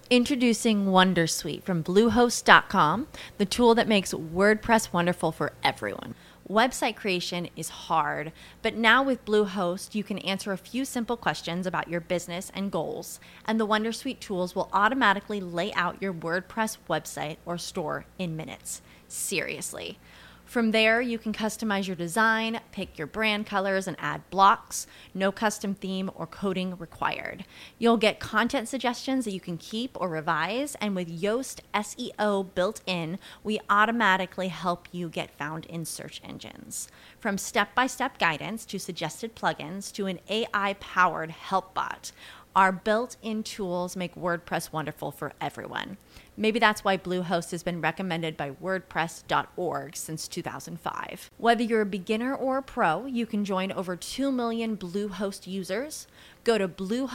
Introducing Wondersuite from Bluehost.com, the tool that makes WordPress wonderful for everyone. Website creation is hard, but now with Bluehost, you can answer a few simple questions about your business and goals, and the Wondersuite tools will automatically lay out your WordPress website or store in minutes. Seriously. From there, you can customize your design, pick your brand colors, and add blocks. No custom theme or coding required. You'll get content suggestions that you can keep or revise, and with Yoast SEO built in, we automatically help you get found in search engines. From step-by-step guidance to suggested plugins to an AI-powered help bot, our built-in tools make WordPress wonderful for everyone. Maybe that's why Bluehost has been recommended by WordPress.org since 2005. Whether you're a beginner or a pro, you can join over 2 million Bluehost users. Go to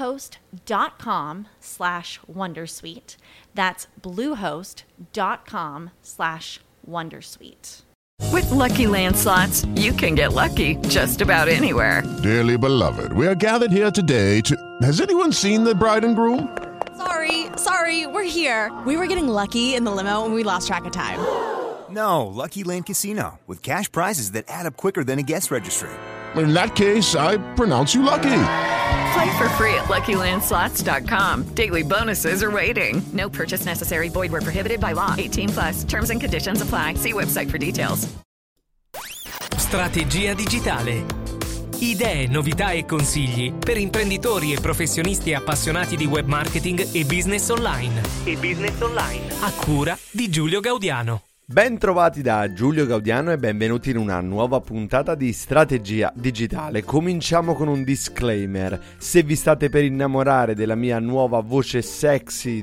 bluehost.com/wondersuite. That's bluehost.com/wondersuite. With Lucky Land Slots, you can get lucky just about anywhere. Dearly beloved, we are gathered here today to... Has anyone seen the bride and groom? Sorry, we're here. We were getting lucky in the limo and we lost track of time. No, Lucky Land Casino, with cash prizes that add up quicker than a guest registry. In that case, I pronounce you lucky. Play for free at LuckyLandSlots.com. Daily bonuses are waiting. No purchase necessary. Void where prohibited by law. 18+. Terms and conditions apply. See website for details. Strategia digitale. Idee, novità e consigli per imprenditori e professionisti appassionati di web marketing e business online. A cura di Giulio Gaudiano. Ben trovati da Giulio Gaudiano e benvenuti in una nuova puntata di Strategia Digitale. Cominciamo con un disclaimer. Se vi state per innamorare della mia nuova voce sexy,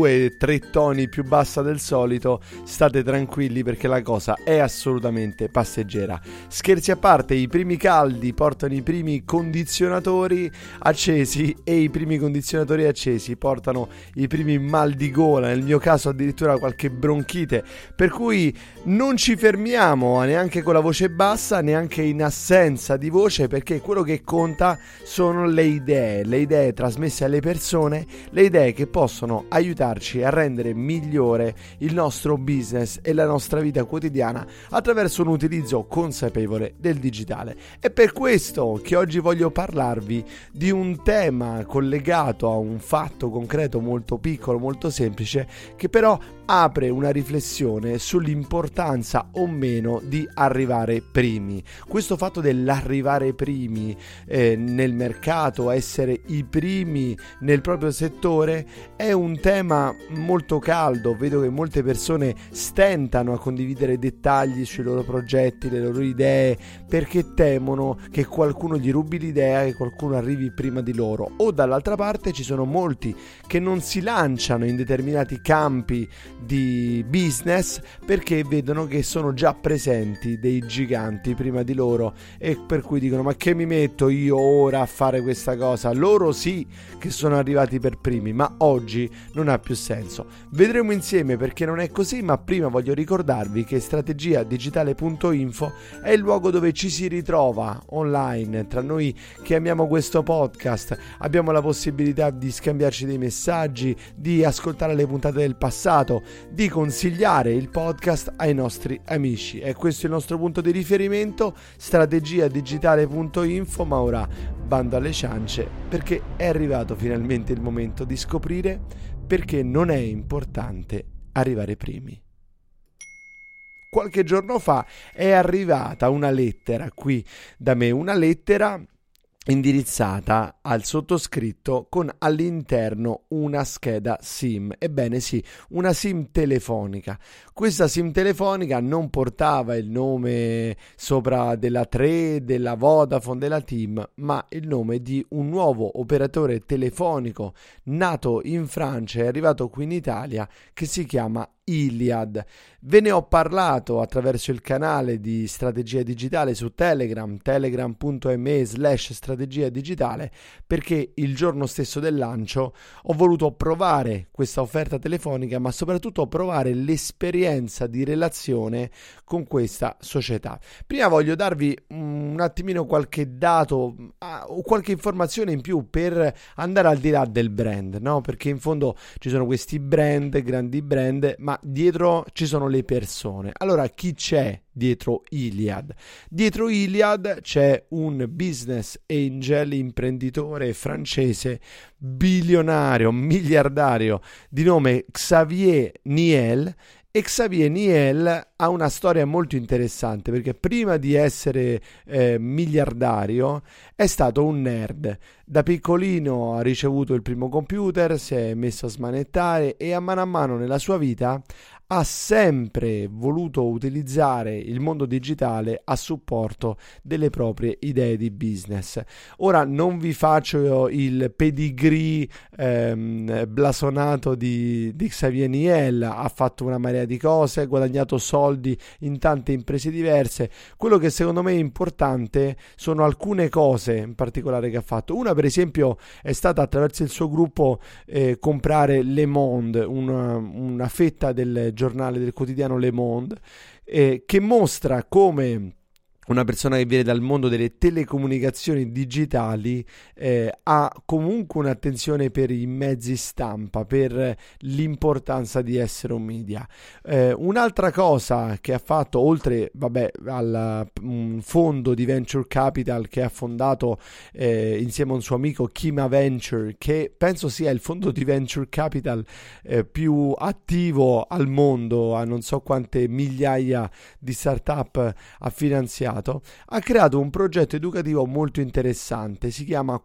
2-3 toni più bassa del solito, state tranquilli perché la cosa è assolutamente passeggera. Scherzi a parte, i primi caldi portano i primi condizionatori accesi e i primi condizionatori accesi portano i primi mal di gola, nel mio caso addirittura qualche bronchite, per cui non ci fermiamo neanche con la voce bassa, neanche in assenza di voce, perché quello che conta sono le idee trasmesse alle persone, le idee che possono aiutarci a rendere migliore il nostro business e la nostra vita quotidiana attraverso un utilizzo consapevole del digitale. È per questo che oggi voglio parlarvi di un tema collegato a un fatto concreto molto piccolo, molto semplice, che però apre una riflessione sull'importanza o meno di arrivare primi. Questo fatto dell'arrivare primi nel mercato, essere i primi nel proprio settore, è un tema molto caldo. Vedo che molte persone stentano a condividere dettagli sui loro progetti, le loro idee, perché temono che qualcuno gli rubi l'idea, che qualcuno arrivi prima di loro. O dall'altra parte ci sono molti che non si lanciano in determinati campi di business perché vedono che sono già presenti dei giganti prima di loro e per cui dicono: ma che mi metto io ora a fare questa cosa? Loro sì che sono arrivati per primi, ma oggi non ha più senso. Vedremo insieme perché non è così, ma prima voglio ricordarvi che strategiadigitale.info è il luogo dove ci si ritrova online. Tra noi che amiamo questo podcast abbiamo la possibilità di scambiarci dei messaggi, di ascoltare le puntate del passato, di consigliare il podcast ai nostri amici. E questo è il nostro punto di riferimento, strategiadigitale.info. Ma ora bando alle ciance, perché è arrivato finalmente il momento di scoprire perché non è importante arrivare primi. Qualche giorno fa è arrivata una lettera qui da me, una lettera indirizzata al sottoscritto con all'interno una scheda SIM. Ebbene sì, una SIM telefonica. Questa SIM telefonica non portava il nome sopra della 3, della Vodafone, della TIM, ma il nome di un nuovo operatore telefonico nato in Francia e arrivato qui in Italia che si chiama Iliad. Ve ne ho parlato attraverso il canale di Strategia Digitale su Telegram, telegram.me/strategia digitale, perché il giorno stesso del lancio ho voluto provare questa offerta telefonica, ma soprattutto provare l'esperienza di relazione con questa società. Prima voglio darvi un attimino qualche dato o qualche informazione in più per andare al di là del brand, no? Perché in fondo ci sono questi brand, grandi brand, ma dietro ci sono le persone. Allora, chi c'è dietro Iliad? Dietro Iliad c'è un business angel, imprenditore francese, bilionario, miliardario, di nome Xavier Niel. E Xavier Niel ha una storia molto interessante, perché prima di essere miliardario è stato un nerd. Da piccolino ha ricevuto il primo computer, si è messo a smanettare e a mano nella sua vita ha sempre voluto utilizzare il mondo digitale a supporto delle proprie idee di business. Ora non vi faccio il pedigree blasonato di Xavier Niel. Ha fatto una marea di cose, ha guadagnato soldi in tante imprese diverse. Quello che secondo me è importante sono alcune cose in particolare che ha fatto. Una, per esempio, è stata attraverso il suo gruppo comprare Le Monde, una fetta del giornale, del quotidiano Le Monde, che mostra come una persona che viene dal mondo delle telecomunicazioni digitali ha comunque un'attenzione per i mezzi stampa, per l'importanza di essere un media. Un'altra cosa che ha fatto, oltre al fondo di venture capital che ha fondato insieme a un suo amico, Kima Venture, che penso sia il fondo di venture capital più attivo al mondo, a non so quante migliaia di startup ha finanziato, ha creato un progetto educativo molto interessante. Si chiama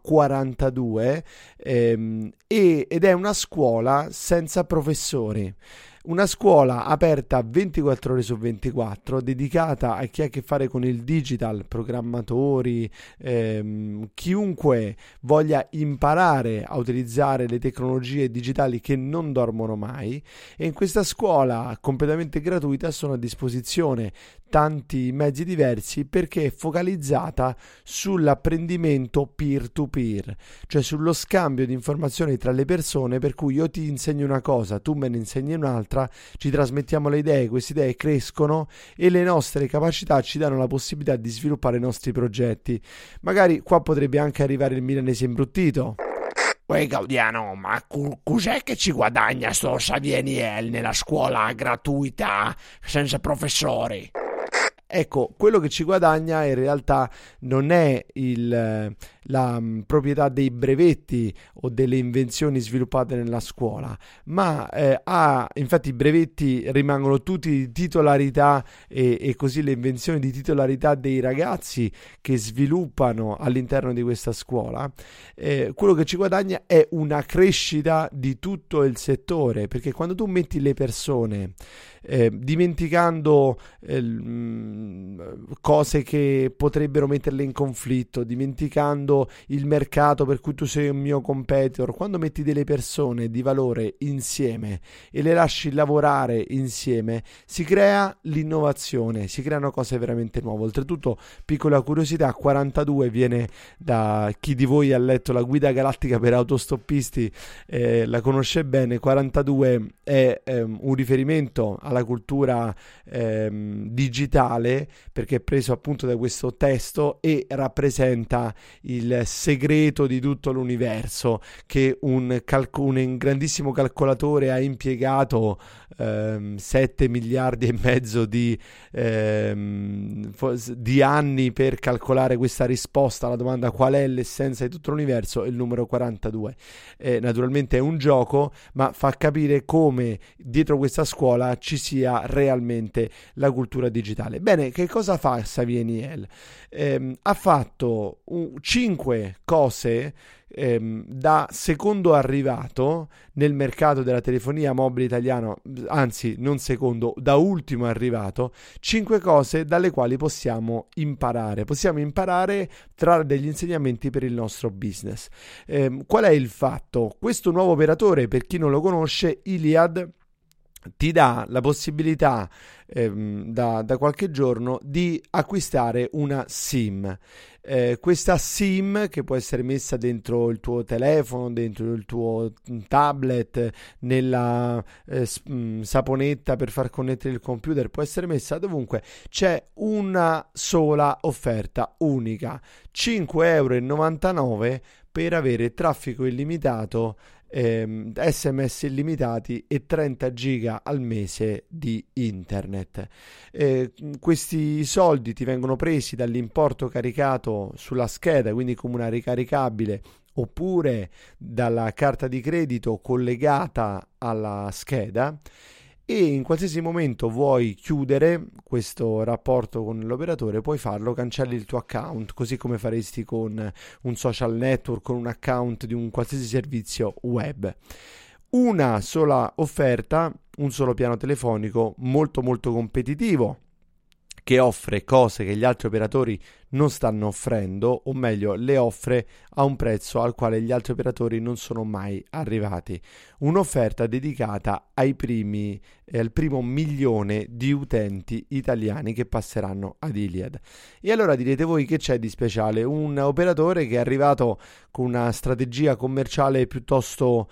42 ed è una scuola senza professori. Una scuola aperta 24 ore su 24, dedicata a chi ha a che fare con il digital, programmatori, chiunque voglia imparare a utilizzare le tecnologie digitali che non dormono mai. E in questa scuola completamente gratuita sono a disposizione tanti mezzi diversi, perché è focalizzata sull'apprendimento peer-to-peer, cioè sullo scambio di informazioni tra le persone, per cui io ti insegno una cosa, tu me ne insegni un'altra, ci trasmettiamo le idee, queste idee crescono e le nostre capacità ci danno la possibilità di sviluppare i nostri progetti. Magari qua potrebbe anche arrivare il milanese imbruttito. Uè Gaudiano, ma cos'è che ci guadagna sto Xavier Niel nella scuola gratuita senza professori? Ecco, quello che ci guadagna in realtà non è la proprietà dei brevetti o delle invenzioni sviluppate nella scuola, ma infatti i brevetti rimangono tutti di titolarità e così le invenzioni di titolarità dei ragazzi che sviluppano all'interno di questa scuola. Quello che ci guadagna è una crescita di tutto il settore, perché quando tu metti le persone dimenticando cose che potrebbero metterle in conflitto, dimenticando il mercato per cui tu sei un mio competitor, quando metti delle persone di valore insieme e le lasci lavorare insieme, si crea l'innovazione, si creano cose veramente nuove. Oltretutto, piccola curiosità, 42 viene da chi di voi ha letto La guida galattica per autostoppisti, la conosce bene. 42 è un riferimento alla cultura digitale, perché è preso appunto da questo testo e rappresenta il segreto di tutto l'universo che un grandissimo calcolatore ha impiegato 7 miliardi e mezzo di anni per calcolare questa risposta alla domanda qual è l'essenza di tutto l'universo. Il numero 42 naturalmente è un gioco, ma fa capire come dietro questa scuola ci sia realmente la cultura digitale. Bene, che cosa fa Xavier Niel? Ha fatto 5 cose da secondo arrivato nel mercato della telefonia mobile italiano, anzi non secondo, da ultimo arrivato. 5 cose dalle quali possiamo imparare trarre degli insegnamenti per il nostro business. Qual è il fatto? Questo nuovo operatore, per chi non lo conosce, Iliad, ti dà la possibilità da qualche giorno di acquistare una SIM. Questa SIM, che può essere messa dentro il tuo telefono, dentro il tuo tablet, nella saponetta per far connettere il computer, può essere messa dovunque. C'è una sola offerta unica, 5,99 € per avere traffico illimitato, SMS illimitati e 30 giga al mese di internet. Questi soldi ti vengono presi dall'importo caricato sulla scheda, quindi come una ricaricabile, oppure dalla carta di credito collegata alla scheda, e in qualsiasi momento vuoi chiudere questo rapporto con l'operatore puoi farlo, cancelli il tuo account, così come faresti con un social network, con un account di un qualsiasi servizio web. Una sola offerta, un solo piano telefonico molto molto competitivo, che offre cose che gli altri operatori non stanno offrendo, o meglio le offre a un prezzo al quale gli altri operatori non sono mai arrivati. Un'offerta dedicata al primo milione di utenti italiani che passeranno ad Iliad. E allora direte voi, che c'è di speciale? Un operatore che è arrivato con una strategia commerciale piuttosto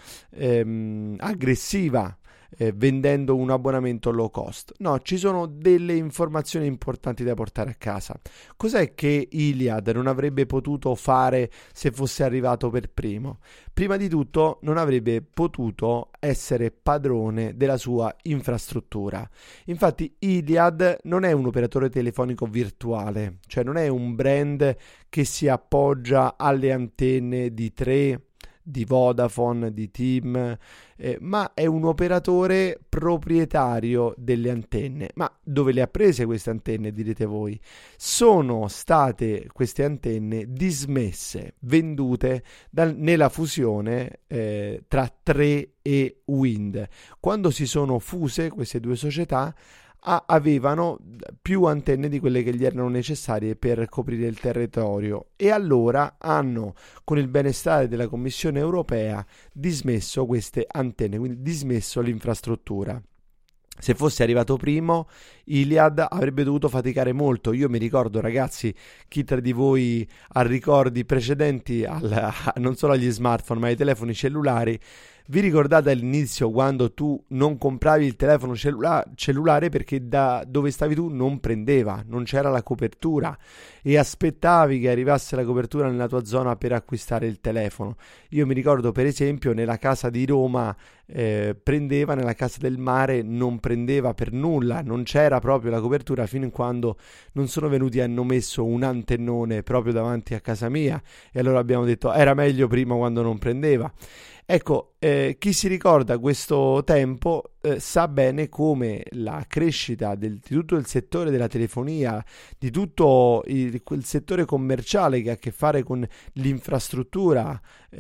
aggressiva, vendendo un abbonamento low cost. No, ci sono delle informazioni importanti da portare a casa. Cos'è che Iliad non avrebbe potuto fare se fosse arrivato per primo? Prima di tutto non avrebbe potuto essere padrone della sua infrastruttura. Infatti Iliad non è un operatore telefonico virtuale, cioè non è un brand che si appoggia alle antenne di 3, di Vodafone, di TIM, ma è un operatore proprietario delle antenne. Ma dove le ha prese queste antenne, direte voi? Sono state queste antenne dismesse, vendute nella fusione tra 3 e Wind. Quando si sono fuse queste due società, avevano più antenne di quelle che gli erano necessarie per coprire il territorio, e allora hanno, con il benestare della Commissione europea, dismesso queste antenne, quindi dismesso l'infrastruttura. Se fosse arrivato primo, Iliad avrebbe dovuto faticare molto. Io mi ricordo, ragazzi, chi tra di voi ha ricordi precedenti non solo agli smartphone ma ai telefoni cellulari, vi ricordate all'inizio quando tu non compravi il telefono cellulare perché da dove stavi tu non prendeva, non c'era la copertura, e aspettavi che arrivasse la copertura nella tua zona per acquistare il telefono? Io mi ricordo, per esempio, nella casa di Roma prendeva, nella casa del mare non prendeva per nulla, non c'era proprio la copertura, fino in quando non sono venuti e hanno messo un antennone proprio davanti a casa mia, e allora abbiamo detto era meglio prima quando non prendeva. Ecco, chi si ricorda questo tempo sa bene come la crescita di tutto il settore della telefonia, di tutto quel settore commerciale che ha a che fare con l'infrastruttura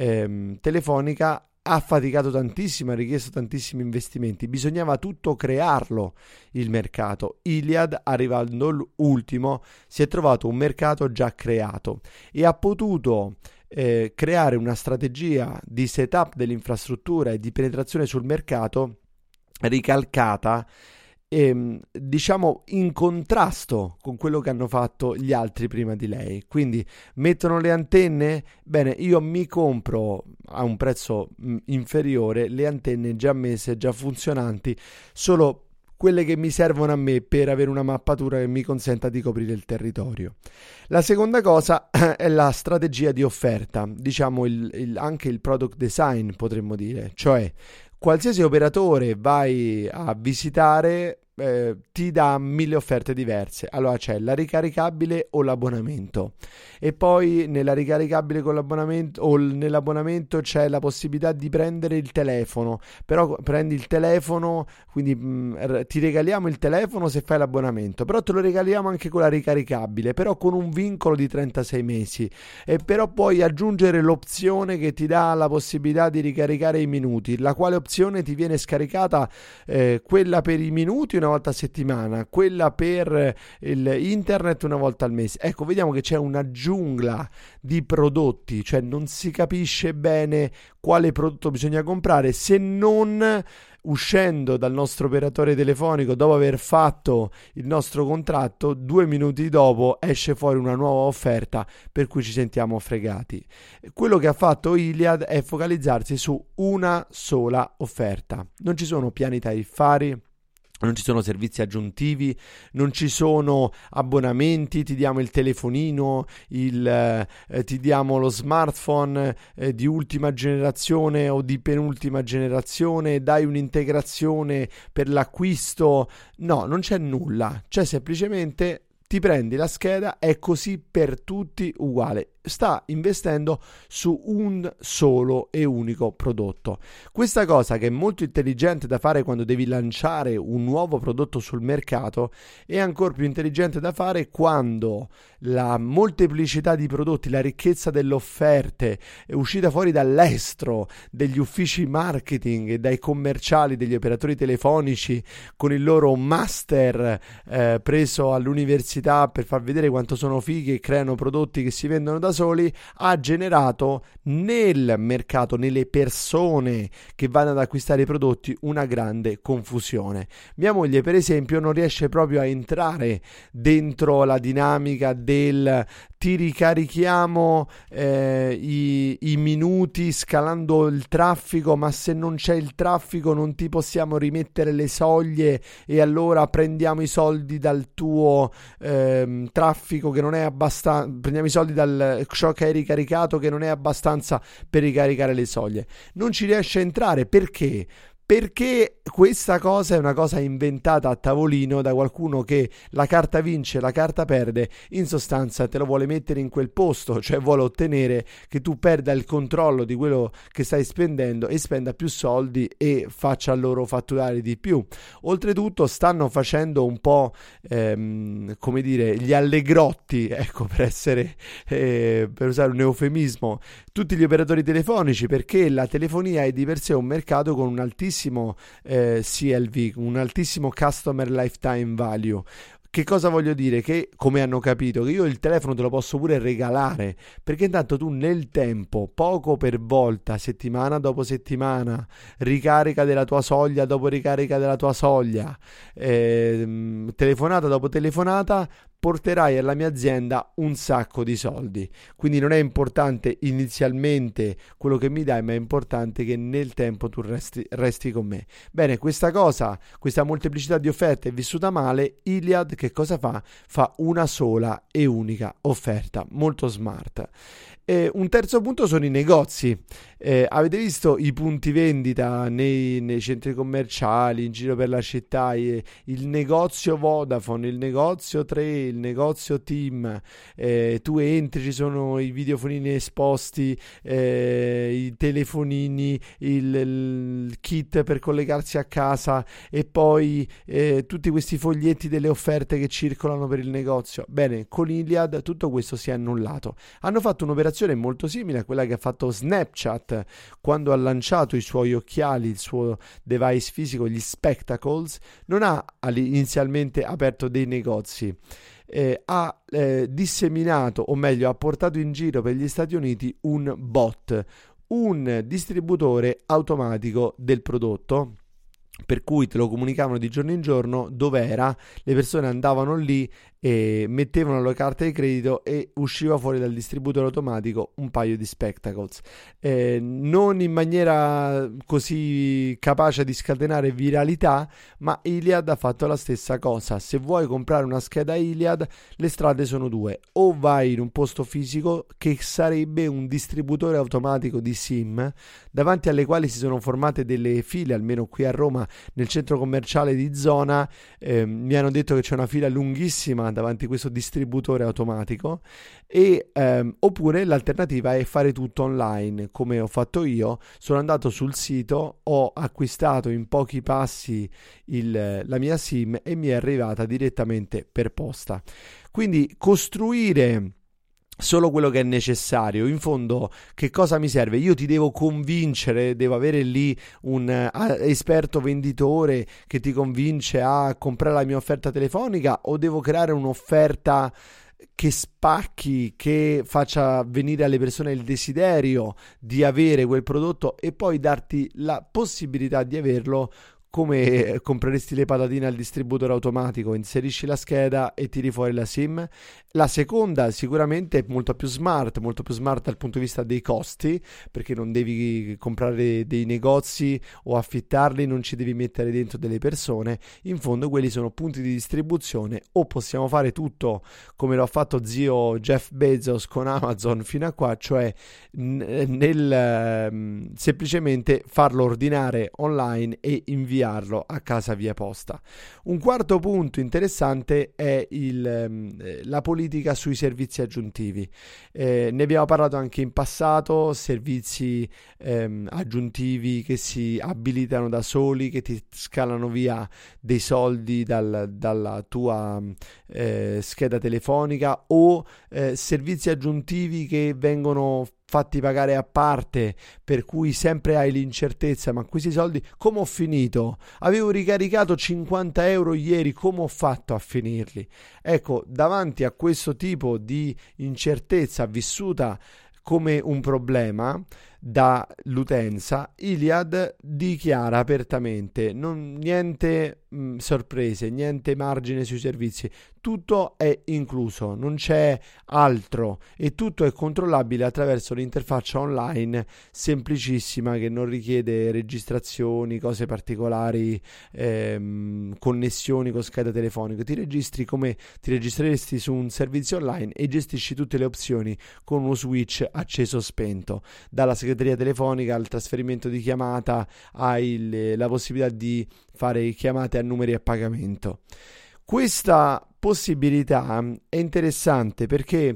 telefonica, ha faticato tantissimo, ha richiesto tantissimi investimenti. Bisognava tutto crearlo, il mercato. Iliad, arrivando ultimo, si è trovato un mercato già creato e ha potuto creare una strategia di setup dell'infrastruttura e di penetrazione sul mercato ricalcata, diciamo in contrasto con quello che hanno fatto gli altri prima di lei. Quindi mettono le antenne, bene, io mi compro a un prezzo inferiore le antenne già messe, già funzionanti, solo quelle che mi servono a me per avere una mappatura che mi consenta di coprire il territorio. La seconda cosa è la strategia di offerta, diciamo anche il product design, potremmo dire, cioè qualsiasi operatore vai a visitare ti dà 1000 offerte diverse. Allora c'è la ricaricabile o l'abbonamento, e poi nella ricaricabile con l'abbonamento o nell'abbonamento c'è la possibilità di prendere il telefono, però prendi il telefono, quindi ti regaliamo il telefono se fai l'abbonamento, però te lo regaliamo anche con la ricaricabile, però con un vincolo di 36 mesi, e però puoi aggiungere l'opzione che ti dà la possibilità di ricaricare i minuti, la quale opzione ti viene scaricata quella per i minuti una volta a settimana, quella per il internet una volta al mese. Ecco, vediamo che c'è una giungla di prodotti, cioè non si capisce bene quale prodotto bisogna comprare, se non uscendo dal nostro operatore telefonico dopo aver fatto il nostro contratto, 2 minuti dopo esce fuori una nuova offerta per cui ci sentiamo fregati. Quello che ha fatto Iliad è focalizzarsi su una sola offerta. Non ci sono piani tariffari, non ci sono servizi aggiuntivi, non ci sono abbonamenti, ti diamo il telefonino, ti diamo lo smartphone di ultima generazione o di penultima generazione, dai un'integrazione per l'acquisto. No, non c'è nulla, c'è semplicemente ti prendi la scheda, è così per tutti uguale. Sta investendo su un solo e unico prodotto. Questa cosa, che è molto intelligente da fare quando devi lanciare un nuovo prodotto sul mercato, è ancora più intelligente da fare quando la molteplicità di prodotti, la ricchezza delle offerte è uscita fuori dall'estero degli uffici marketing e dai commerciali degli operatori telefonici con il loro master preso all'università per far vedere quanto sono fighi e creano prodotti che si vendono da soli, ha generato nel mercato, nelle persone che vanno ad acquistare i prodotti, una grande confusione. Mia moglie, per esempio, non riesce proprio a entrare dentro la dinamica del ti ricarichiamo i minuti scalando il traffico, ma se non c'è il traffico non ti possiamo rimettere le soglie e allora prendiamo i soldi dal tuo traffico che non è abbastanza, prendiamo i soldi dal ciò che hai ricaricato che non è abbastanza per ricaricare le soglie. Non ci riesce a entrare perché? Perché questa cosa è una cosa inventata a tavolino da qualcuno che la carta vince, la carta perde, in sostanza te lo vuole mettere in quel posto, cioè vuole ottenere che tu perda il controllo di quello che stai spendendo e spenda più soldi e faccia loro fatturare di più. Oltretutto stanno facendo un po' come dire, gli allegrotti, ecco, per usare un eufemismo, tutti gli operatori telefonici, perché la telefonia è di per sé un mercato con un altissimo CLV, un altissimo Customer Lifetime Value. Che cosa voglio dire? Che, come hanno capito, che io il telefono te lo posso pure regalare, perché intanto tu nel tempo, poco per volta, settimana dopo settimana, ricarica della tua soglia dopo ricarica della tua soglia, telefonata dopo telefonata, porterai alla mia azienda un sacco di soldi. Quindi non è importante inizialmente quello che mi dai, ma è importante che nel tempo tu resti con me. Bene, questa molteplicità di offerte è vissuta male. Iliad che cosa fa? Fa una sola e unica offerta, molto smart. Un terzo punto sono i negozi. Avete visto i punti vendita nei centri commerciali, in giro per la città, il negozio Vodafone, il negozio 3, il negozio Team, tu entri, ci sono i videofonini esposti, i telefonini, il kit per collegarsi a casa e poi tutti questi foglietti delle offerte che circolano per il negozio. Bene, con Iliad tutto questo si è annullato. Hanno fatto un'operazione molto simile a quella che ha fatto Snapchat quando ha lanciato i suoi occhiali, il suo device fisico, gli Spectacles. Non ha inizialmente aperto dei negozi, ha disseminato, o meglio ha portato in giro per gli Stati Uniti un bot, un distributore automatico del prodotto, per cui te lo comunicavano di giorno in giorno dove era, le persone andavano lì e mettevano la carta di credito e usciva fuori dal distributore automatico un paio di Spectacles, non in maniera così capace di scatenare viralità, ma Iliad ha fatto la stessa cosa. Se vuoi comprare una scheda Iliad, le strade sono due: o vai in un posto fisico che sarebbe un distributore automatico di SIM, davanti alle quali si sono formate delle file, almeno qui a Roma nel centro commerciale di zona, mi hanno detto che c'è una fila lunghissima davanti a questo distributore automatico, e oppure l'alternativa è fare tutto online, come ho fatto io. Sono andato sul sito, ho acquistato in pochi passi la mia SIM e mi è arrivata direttamente per posta. Quindi costruire solo quello che è necessario. In fondo, che cosa mi serve? Io ti devo convincere, devo avere lì un esperto venditore che ti convince a comprare la mia offerta telefonica, o devo creare un'offerta che spacchi, che faccia venire alle persone il desiderio di avere quel prodotto e poi darti la possibilità di averlo come compreresti le patatine al distributore automatico, inserisci la scheda e tiri fuori la SIM. La seconda sicuramente è molto più smart dal punto di vista dei costi, perché non devi comprare dei negozi o affittarli, non ci devi mettere dentro delle persone. In fondo quelli sono punti di distribuzione, o possiamo fare tutto come lo ha fatto zio Jeff Bezos con Amazon fino a qua, cioè semplicemente farlo ordinare online e inviarlo a casa via posta. Un quarto punto interessante è la politica sui servizi aggiuntivi. Ne abbiamo parlato anche in passato, servizi aggiuntivi che si abilitano da soli, che ti scalano via dei soldi dalla tua scheda telefonica, o servizi aggiuntivi che vengono fatti pagare a parte, per cui sempre hai l'incertezza: ma questi soldi come ho finito? Avevo ricaricato 50 euro ieri, come ho fatto a finirli? Ecco, davanti a questo tipo di incertezza vissuta come un problema dall'utenza, Iliad dichiara apertamente niente sorprese, niente margine sui servizi, tutto è incluso, non c'è altro e tutto è controllabile attraverso l'interfaccia online semplicissima, che non richiede registrazioni, cose particolari, connessioni con scheda telefonica. Ti registri come ti registreresti su un servizio online e gestisci tutte le opzioni con uno switch acceso o spento. Dalla segreteria telefonica al trasferimento di chiamata hai la possibilità di fare chiamate a numeri a pagamento. Questa possibilità è interessante perché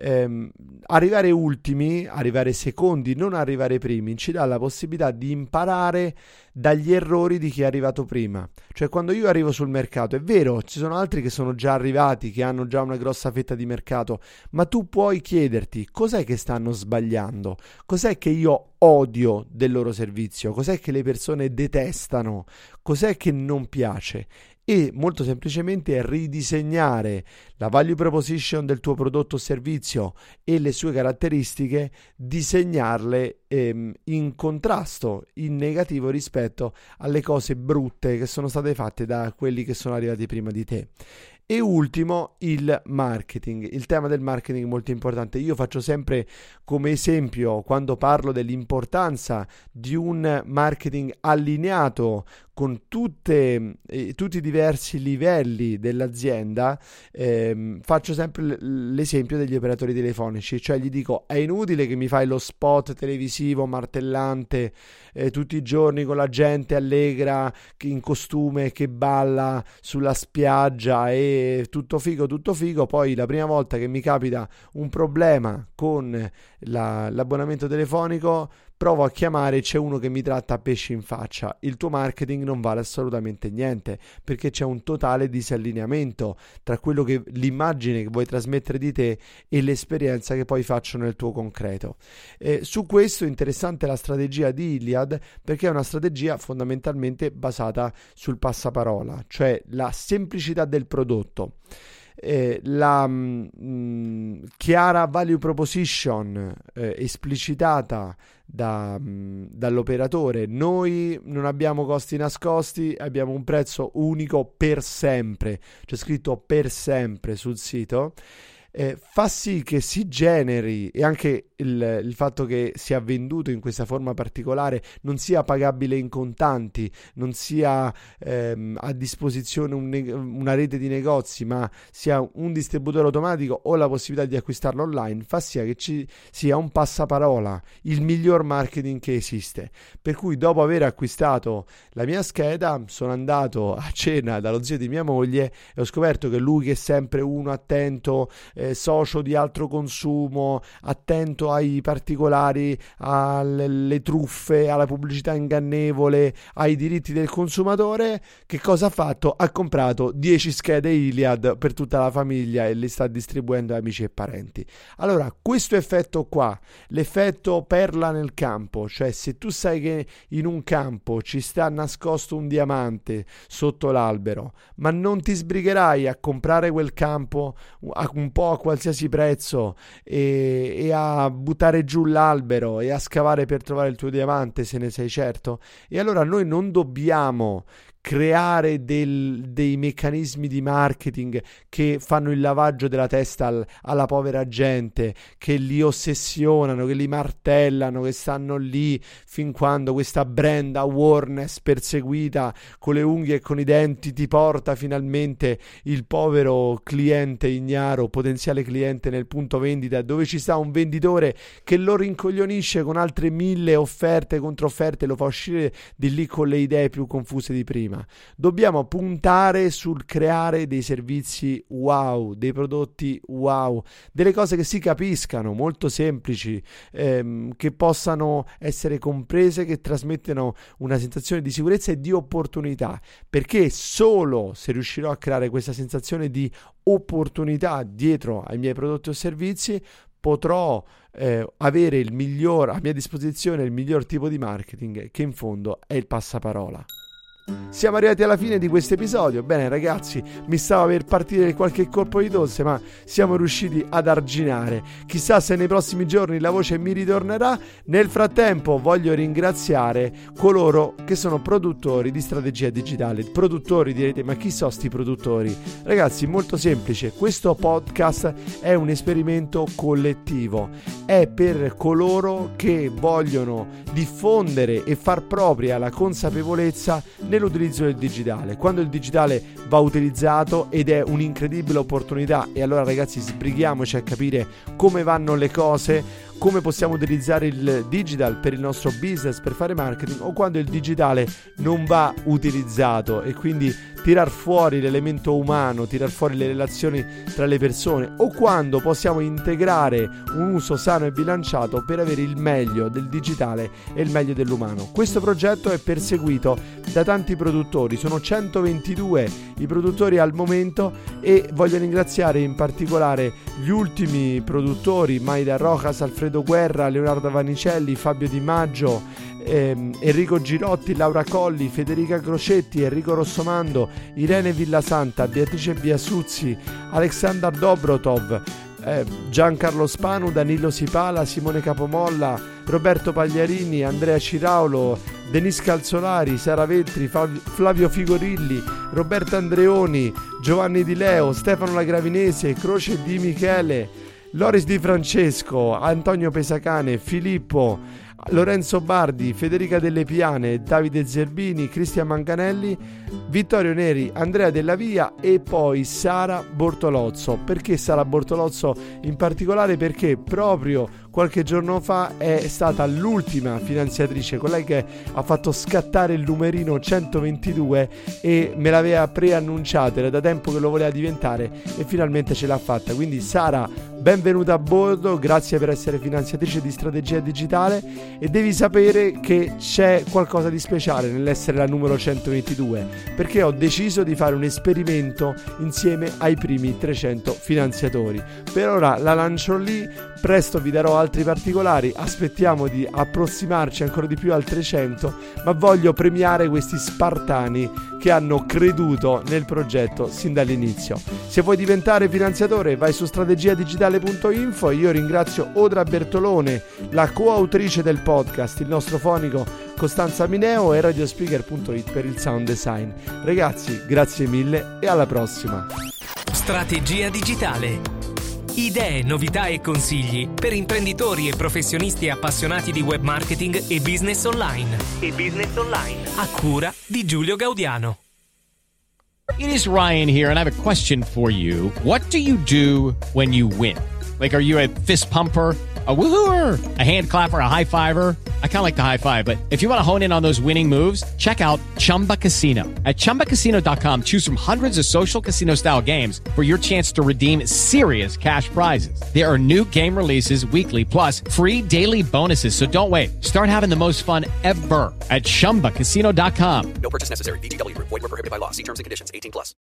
arrivare ultimi, arrivare secondi, non arrivare primi, ci dà la possibilità di imparare dagli errori di chi è arrivato prima. Cioè, quando io arrivo sul mercato, è vero, ci sono altri che sono già arrivati, che hanno già una grossa fetta di mercato, ma tu puoi chiederti: cos'è che stanno sbagliando? Cos'è che io odio del loro servizio? Cos'è che le persone detestano? Cos'è che non piace? E molto semplicemente ridisegnare la value proposition del tuo prodotto o servizio e le sue caratteristiche, disegnarle in contrasto, in negativo rispetto alle cose brutte che sono state fatte da quelli che sono arrivati prima di te. E ultimo, il marketing. Il tema del marketing è molto importante. Io faccio sempre come esempio, quando parlo dell'importanza di un marketing allineato con tutti i diversi livelli dell'azienda, faccio sempre l'esempio degli operatori telefonici. Cioè gli dico: è inutile che mi fai lo spot televisivo martellante tutti i giorni con la gente allegra in costume che balla sulla spiaggia e tutto figo, poi la prima volta che mi capita un problema con l'abbonamento telefonico provo a chiamare, c'è uno che mi tratta a pesci in faccia. Il tuo marketing non vale assolutamente niente, perché c'è un totale disallineamento tra quello che l'immagine che vuoi trasmettere di te e l'esperienza che poi faccio nel tuo concreto. Su questo è interessante la strategia di Iliad, perché è una strategia fondamentalmente basata sul passaparola, cioè la semplicità del prodotto. La chiara value proposition esplicitata dall'operatore. Noi non abbiamo costi nascosti, abbiamo un prezzo unico per sempre, c'è scritto per sempre sul sito. Fa sì che si generi, e anche il fatto che sia venduto in questa forma particolare, non sia pagabile in contanti, non sia a disposizione una rete di negozi, ma sia un distributore automatico o la possibilità di acquistarlo online, fa sì che ci sia un passaparola, il miglior marketing che esiste. Per cui, dopo aver acquistato la mia scheda, sono andato a cena dallo zio di mia moglie e ho scoperto che lui, che è sempre uno attento, socio di altro consumo, attento ai particolari, alle truffe, alla pubblicità ingannevole, ai diritti del consumatore, che cosa ha fatto? Ha comprato 10 schede Iliad per tutta la famiglia e le sta distribuendo a amici e parenti. Allora, questo effetto qua, l'effetto perla nel campo, cioè se tu sai che in un campo ci sta nascosto un diamante sotto l'albero, ma non ti sbrigherai a comprare quel campo un po' a qualsiasi prezzo e a buttare giù l'albero e a scavare per trovare il tuo diamante, se ne sei certo. E allora noi non dobbiamo creare dei meccanismi di marketing che fanno il lavaggio della testa alla povera gente, che li ossessionano, che li martellano, che stanno lì fin quando questa brand awareness perseguita con le unghie e con i denti ti porta finalmente il povero cliente ignaro, potenziale cliente nel punto vendita, dove ci sta un venditore che lo rincoglionisce con altre 1000 offerte, controfferte, lo fa uscire di lì con le idee più confuse di prima. Dobbiamo puntare sul creare dei servizi wow, dei prodotti wow, delle cose che si capiscano, molto semplici, che possano essere comprese, che trasmettano una sensazione di sicurezza e di opportunità, perché solo se riuscirò a creare questa sensazione di opportunità dietro ai miei prodotti o servizi potrò avere a mia disposizione il miglior tipo di marketing, che in fondo è il passaparola. Siamo arrivati alla fine di questo episodio. Bene ragazzi, mi stava per partire qualche colpo di tosse, ma siamo riusciti ad arginare. Chissà se nei prossimi giorni la voce mi ritornerà. Nel frattempo voglio ringraziare coloro che sono produttori di strategia digitale. Produttori, direte, ma chi sono sti produttori? Ragazzi, molto semplice, questo podcast è un esperimento collettivo, è per coloro che vogliono diffondere e far propria la consapevolezza nell'utilizzo del digitale, quando il digitale va utilizzato, ed è un'incredibile opportunità. E allora ragazzi, sbrighiamoci a capire come vanno le cose, come possiamo utilizzare il digital per il nostro business, per fare marketing, o quando il digitale non va utilizzato, e quindi tirar fuori l'elemento umano, tirar fuori le relazioni tra le persone, o quando possiamo integrare un uso sano e bilanciato per avere il meglio del digitale e il meglio dell'umano. Questo progetto è perseguito da tanti produttori, sono 122 i produttori al momento, e voglio ringraziare in particolare gli ultimi produttori: Maida Rojas, Alfredo Guerra, Leonardo Vanicelli, Fabio Di Maggio, Enrico Girotti, Laura Colli, Federica Crocetti, Enrico Rossomando, Irene Villasanta, Beatrice Biasuzzi, Aleksandar Dobrotov, Giancarlo Spanu, Danilo Sipala, Simone Capomolla, Roberto Pagliarini, Andrea Ciraulo, Denis Calzolari, Sara Vetri, Flavio Figorilli, Roberto Andreoni, Giovanni Di Leo, Stefano Lagravinese, Croce Di Michele, Loris Di Francesco, Antonio Pesacane, Filippo, Lorenzo Bardi, Federica Delle Piane, Davide Zerbini, Cristian Manganelli, Vittorio Neri, Andrea Della Via e poi Sara Bortolozzo. Perché Sara Bortolozzo in particolare? Perché proprio qualche giorno fa è stata l'ultima finanziatrice, colei che ha fatto scattare il numerino 122 e me l'aveva preannunciato, era da tempo che lo voleva diventare e finalmente ce l'ha fatta. Quindi Sara, benvenuta a bordo, grazie per essere finanziatrice di strategia digitale, e devi sapere che c'è qualcosa di speciale nell'essere la numero 122, perché ho deciso di fare un esperimento insieme ai primi 300 finanziatori. Per ora la lancio lì, presto vi darò altri particolari, aspettiamo di approssimarci ancora di più al 300, ma voglio premiare questi spartani che hanno creduto nel progetto sin dall'inizio. Se vuoi diventare finanziatore vai su strategiadigitale.info. Io ringrazio Odra Bertolone, la coautrice del podcast, il nostro fonico Costanza Mineo e radiospeaker.it per il sound design. Ragazzi, grazie mille e alla prossima. Strategia digitale. Idee, novità e consigli per imprenditori e professionisti appassionati di web marketing e business online. A cura di Giulio Gaudiano. It is Ryan here, and I have a question for you. What do you do when you win? Like, are you a fist pumper, a woohooer, a hand clapper, a high fiver? I kind of like the high five, but if you want to hone in on those winning moves, check out Chumba Casino. At ChumbaCasino.com, choose from hundreds of social casino style games for your chance to redeem serious cash prizes. There are new game releases weekly, plus free daily bonuses. So don't wait. Start having the most fun ever at ChumbaCasino.com. No purchase necessary. VGW Group. Void where prohibited by law. See terms and conditions. 18+.